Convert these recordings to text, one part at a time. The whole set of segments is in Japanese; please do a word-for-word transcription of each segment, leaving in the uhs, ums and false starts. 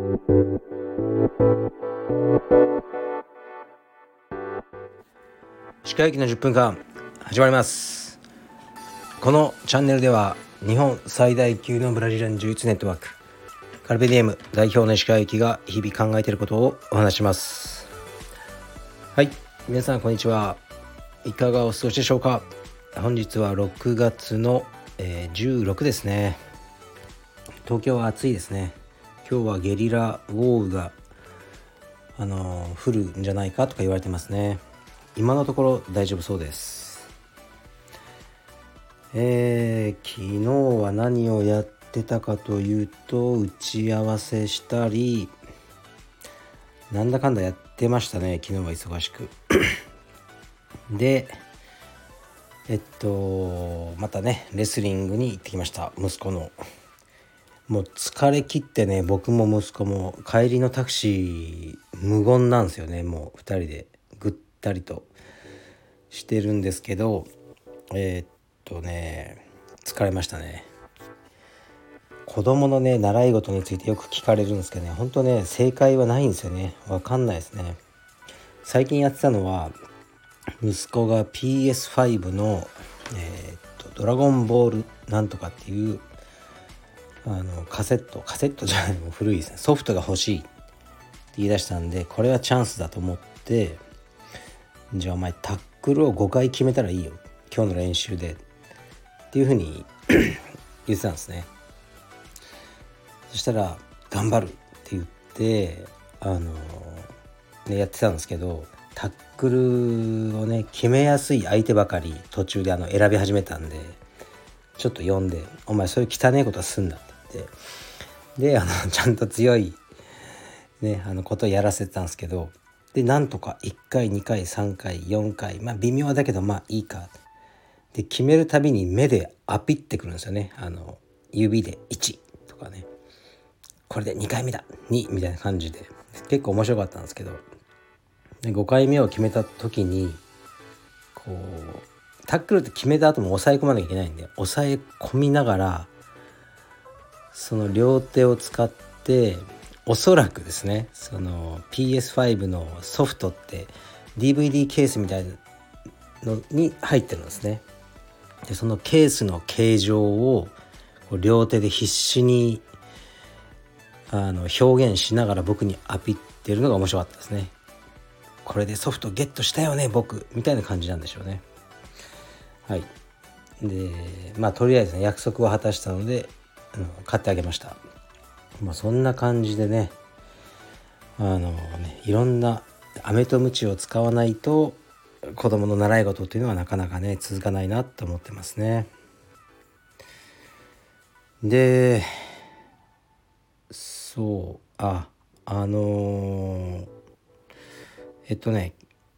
歯科医のじゅっぷんかん始まります。このチャンネルでは日本最大級のブラジリアン柔術ネットワークカルペディエム代表の歯科医が日々考えていることをお話します。はい、皆さんこんにちは。いかがお過ごしでしょうか。本日はろくがつの、えー、じゅうろくですね。東京は暑いですね。今日はゲリラ豪雨があのー、降るんじゃないかとか言われてますね。今のところ大丈夫そうです。えー、昨日は何をやってたかというと、打ち合わせしたりなんだかんだやってましたね。昨日は忙しくでえっとまたねレスリングに行ってきました。息子のもう疲れ切ってね、僕も息子も帰りのタクシー無言なんですよね。もうふたりでぐったりとしてるんですけど、えー、っとね疲れましたね。子供のね習い事についてよく聞かれるんですけどね、本当ね正解はないんですよね。わかんないですね。最近やってたのは、息子が ピーエスファイブ の、えー、っとドラゴンボールなんとかっていうあのカセットカセットじゃないの古いですね、ソフトが欲しいって言い出したんで、これはチャンスだと思って、じゃあお前タックルをごかい決めたらいいよ今日の練習でっていう風に言ってたんですね。そしたら頑張るって言ってあの、ね、やってたんですけど、タックルをね決めやすい相手ばかり途中であの選び始めたんで、ちょっと呼んで、お前そういう汚いことはすんなって言って、であのちゃんと強いねあのことをやらせてたんですけど、でなんとかいっかいにかいさんかいよんかい、まあ微妙だけどまあいいかで決めるたびに目でアピってくるんですよね。あの指でいちとかね、これでにかいめだにみたいな感じで結構面白かったんですけど、でごかいめを決めた時にこうタックルって決めた後も抑え込まなきゃいけないんで、抑え込みながらその両手を使って、おそらくですね、その ピーエスファイブ のソフトって ディーブイディー ケースみたいなのに入ってるんですね。でそのケースの形状を両手で必死にあの表現しながら僕にアピってるのが面白かったですね。これでソフトゲットしたよね僕みたいな感じなんでしょうね。はい。でまあとりあえず、ね、約束を果たしたので、うん、買ってあげました。まあそんな感じでね、あのねいろんな飴と鞭を使わないと子供の習い事っていうのはなかなかね続かないなと思ってますね。でそうああのー、えっとね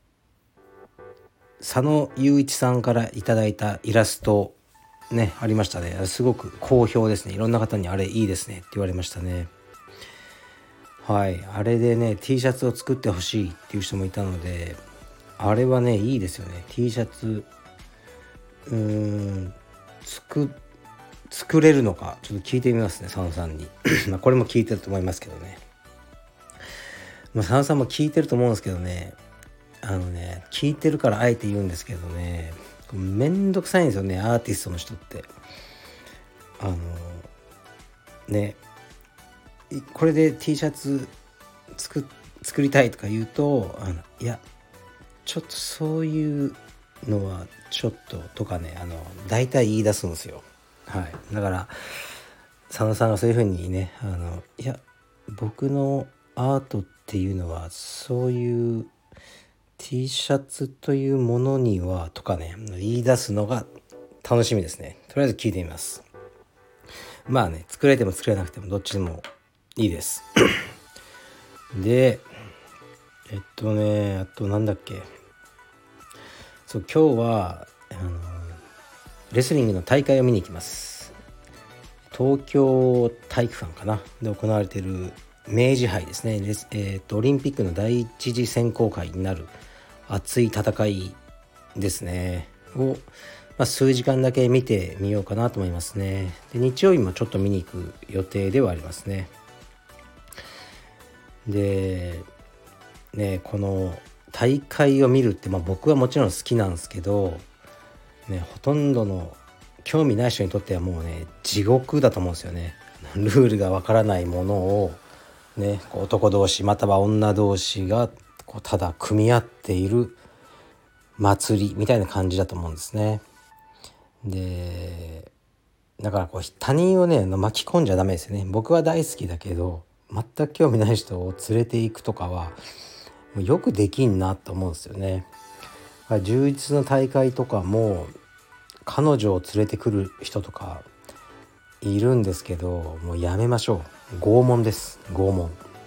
佐野雄一さんからいただいたイラストねありましたね。すごく好評ですね。いろんな方にあれいいですねって言われましたね。はい、あれでね T シャツを作ってほしいっていう人もいたので、あれはねいいですよね。 T シャツうーん作作れるのかちょっと聞いてみますね、佐野さんにまあこれも聞いてると思いますけどね。まあ、佐野さんも聞いてると思うんですけどね、あのね聞いてるからあえて言うんですけどね、めんどくさいんですよね、アーティストの人って。あのねこれで T シャツ作作りたいとか言うと、あのいやちょっとそういうのはちょっととかね、あの大体言い出すんですよ。はい、だから佐野さんがそういう風にね、あのいや僕のアートっていうのはそういう T シャツというものにはとかね言い出すのが楽しみですね。とりあえず聞いてみます。まあね作れても作れなくてもどっちでもいいですでえっとねあとなんだっけ、そう今日はあのレスリングの大会を見に行きます。東京体育館かなで行われている明治杯ですね。レス、えー、とオリンピックの第一次選考会になる熱い戦いですねを、まあ、数時間だけ見てみようかなと思いますね。で日曜日もちょっと見に行く予定ではありますね。 でね、この大会を見るって、まあ、僕はもちろん好きなんですけど、ね、ほとんどの興味ない人にとってはもうね地獄だと思うんですよね。ルールがわからないものを、ね、こう男同士または女同士がこうただ組み合っている祭りみたいな感じだと思うんですね。でだからこう他人をね巻き込んじゃダメですよね。僕は大好きだけど全く興味ない人を連れていくとかはもうよくできんなと思うんですよね。充実の大会とかも彼女を連れてくる人とかいるんですけど、もうやめましょう。拷問です。拷問。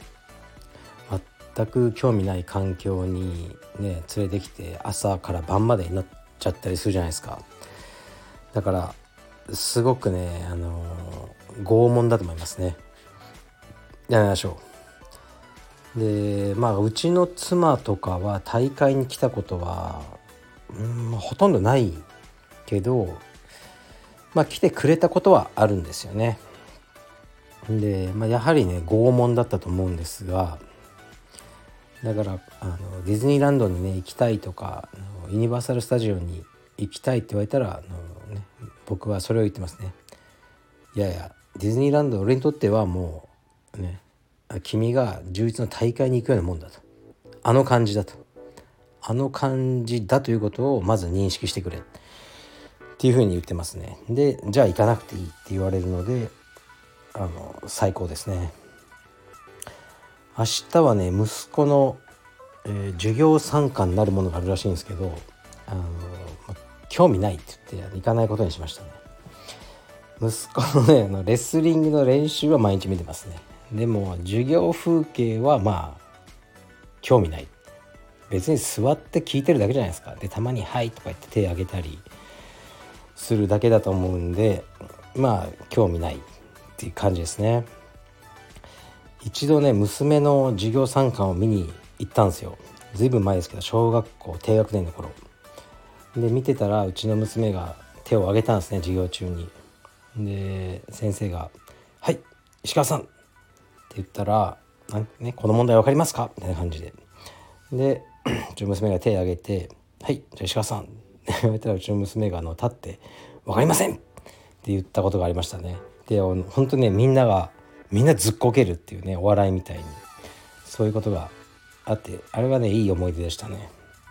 全く興味ない環境にね連れてきて朝から晩までになっちゃったりするじゃないですか。だからすごくねあの拷問だと思いますね。やめましょう。でまあうちの妻とかは大会に来たことはうんほとんどないけど、まあ来てくれたことはあるんですよね。で、まあ、やはりね拷問だったと思うんですが、だからあのディズニーランドにね行きたいとかユニバーサル・スタジオに行きたいって言われたらあの、ね、僕はそれを言ってますね。いやいやディズニーランド俺にとってはもうね君が充実の大会に行くようなもんだと、あの感じだと、あの感じだということをまず認識してくれっていうふうに言ってますね。でじゃあ行かなくていいって言われるのであの最高ですね。明日はね息子の、えー授業参観になるものがあるらしいんですけど、あの、ま、興味ないって言って行かないことにしましたね。息子のねあのレスリングの練習は毎日見てますね。でも授業風景はまあ興味ない。別に座って聞いてるだけじゃないですか。でたまにはいとか言って手挙げたりするだけだと思うんで、まあ興味ないっていう感じですね。一度ね娘の授業参観を見に行ったんですよ。ずいぶん前ですけど小学校低学年の頃で見てたらうちの娘が手を挙げたんですね、授業中に。で先生がはい石川さんって言ったらね、この問題わかりますかみたいな感じででうちの娘が手を挙げてはいじゃあ石川さんって言われたらうちの娘があの立ってわかりませんって言ったことがありましたね。で本当ねみんながみんなずっこけるっていうねお笑いみたいにそういうことがあって、あれはねいい思い出でしたね。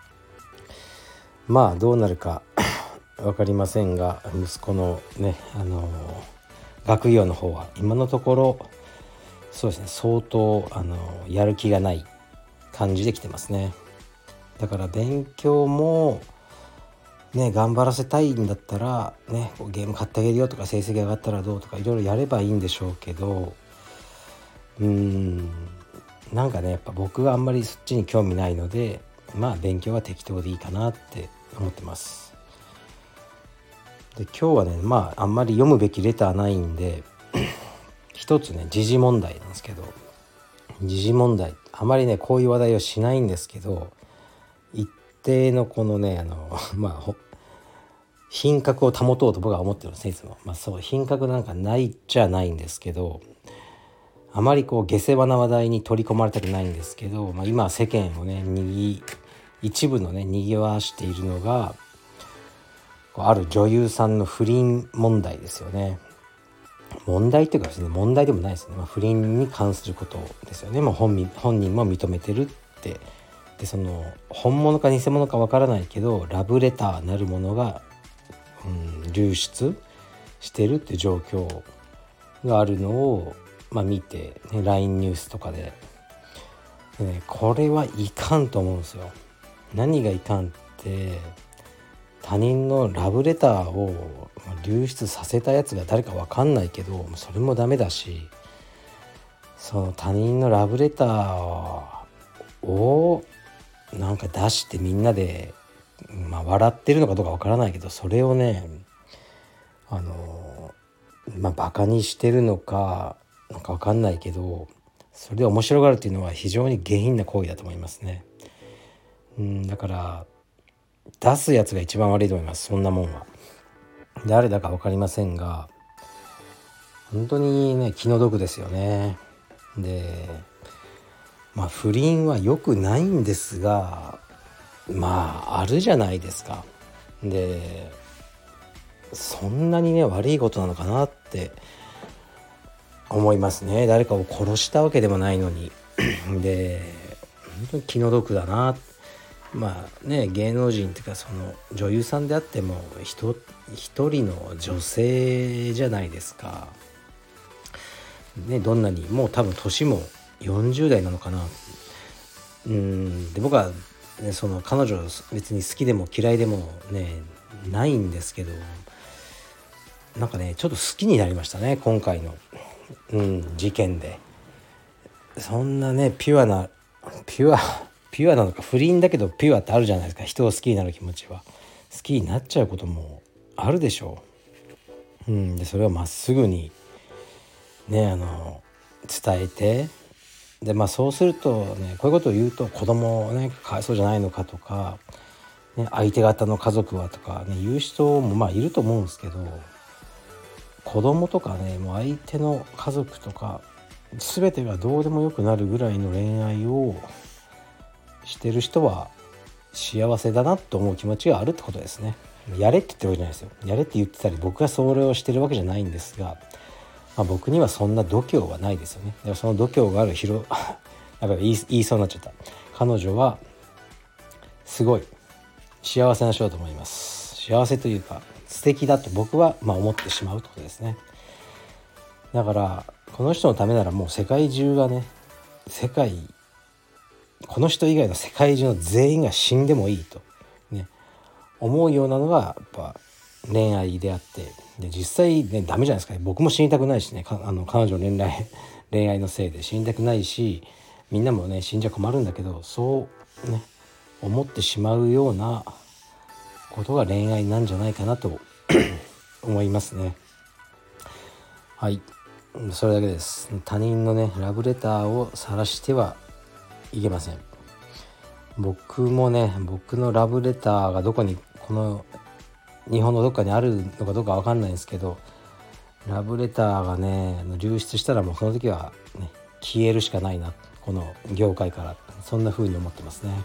まあどうなるか分かりませんが息子のねあの学業の方は今のところそうですね相当あのやる気がない感じで来てますね。だから勉強もね頑張らせたいんだったらねゲーム買ってあげるよとか成績上がったらどうとかいろいろやればいいんでしょうけど、うーんなんかねやっぱ僕があんまりそっちに興味ないので、まあ勉強は適当でいいかなって思ってます。で今日はねまああんまり読むべきレターないんで一つね時事問題なんですけど、時事問題あまりねこういう話題をしないんですけど、一定のこのねあのまあ品格を保とうと僕は思ってるんですねいつも。まあそう品格なんかないっちゃないんですけど、あまりこう下世話な話題に取り込まれたくないんですけど、まあ、今世間をねにぎ一部のねにぎわしているのがある女優さんの不倫問題ですよね。問題っていうかですね問題でもないですね、まあ、不倫に関することですよね。まあ、本人本人も認めてるって。でその本物か偽物かわからないけどラブレターなるものが、うん、流出してるって状況があるのを、まあ、見て、ね、ライン ニュースとかで、ね、これはいかんと思うんですよ。何がいかんって他人のラブレターを流出させたやつが誰か分かんないけどそれもダメだし、その他人のラブレターをなんか出してみんなで、まあ、笑ってるのかどうか分からないけどそれをねあのまあバカにしてるのかなんか分かんないけどそれで面白がるっていうのは非常に下品な行為だと思いますね。うんだから出すやつが一番悪いと思います。そんなもんは誰だか分かりませんが本当にね気の毒ですよね。でまあ不倫は良くないんですが、まああるじゃないですか。でそんなにね悪いことなのかなって思いますね。誰かを殺したわけでもないのにで本当に気の毒だな。まあね芸能人っていうかその女優さんであっても一人の女性じゃないですかね。どんなにもう多分年もよんじゅう代なのかな。うんで僕は、ね、その彼女別に好きでも嫌いでもねないんですけど、なんかねちょっと好きになりましたね今回の、うん、事件で。そんなねピュアなピュアピュアなのか、不倫だけどピュアってあるじゃないですか。人を好きになる気持ちは好きになっちゃうこともあるでしょう。うん、でそれをまっすぐにねあの伝えて、でまあそうするとねこういうことを言うと子供をねかわいそうじゃないのかとか、ね、相手方の家族はとかね言う人もまあいると思うんですけど、子供とかねもう相手の家族とか全てがどうでもよくなるぐらいの恋愛をしてる人は幸せだなと思う気持ちがあるってことですね。やれって言ってるわけじゃないですよ。やれって言ってたり僕がそれをしてるわけじゃないんですが、まあ、僕にはそんな度胸はないですよね。でもその度胸がある広やっぱり言い、言いそうになっちゃった。彼女はすごい幸せな人だと思います。幸せというか素敵だと僕はまあ思ってしまうってことですね。だからこの人のためならもう世界中がね世界この人以外の世界中の全員が死んでもいいと、ね、思うようなのがやっぱ恋愛であって、で実際ねダメじゃないですかね。僕も死にたくないしね、かあの彼女の恋愛恋愛のせいで死にたくないし、みんなもね死んじゃ困るんだけど、そうね思ってしまうようなことが恋愛なんじゃないかなと思いますね。はい、それだけです。他人のねラブレターを晒してはいけません。僕もね僕のラブレターがどこにこの日本のどっかにあるのかどうかわかんないんですけど、ラブレターがね流出したらもうその時は、ね、消えるしかないな、この業界から。そんな風に思ってますね。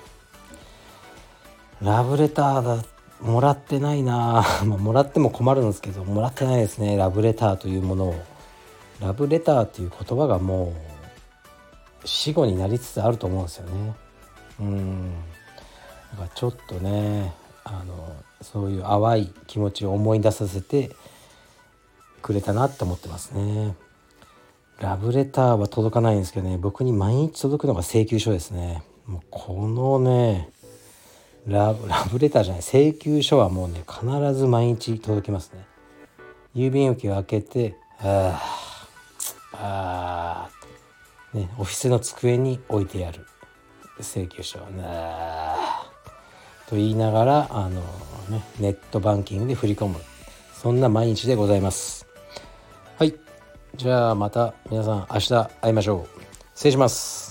ラブレターだもらってないなまあもらっても困るんですけど、もらってないですねラブレターというものを。ラブレターという言葉がもう死語になりつつあると思うんですよね。うんだからちょっとねあのそういう淡い気持ちを思い出させてくれたなって思ってますね。ラブレターは届かないんですけどね、僕に毎日届くのが請求書ですね。もうこのねラブ、ラブレターじゃない請求書はもうね必ず毎日届きますね。郵便受けを開けてあーあー、ね、オフィスの机に置いてやる請求書ねと言いながらあの、ね、ネットバンキングで振り込む、そんな毎日でございます。はい、じゃあまた皆さん明日会いましょう。失礼します。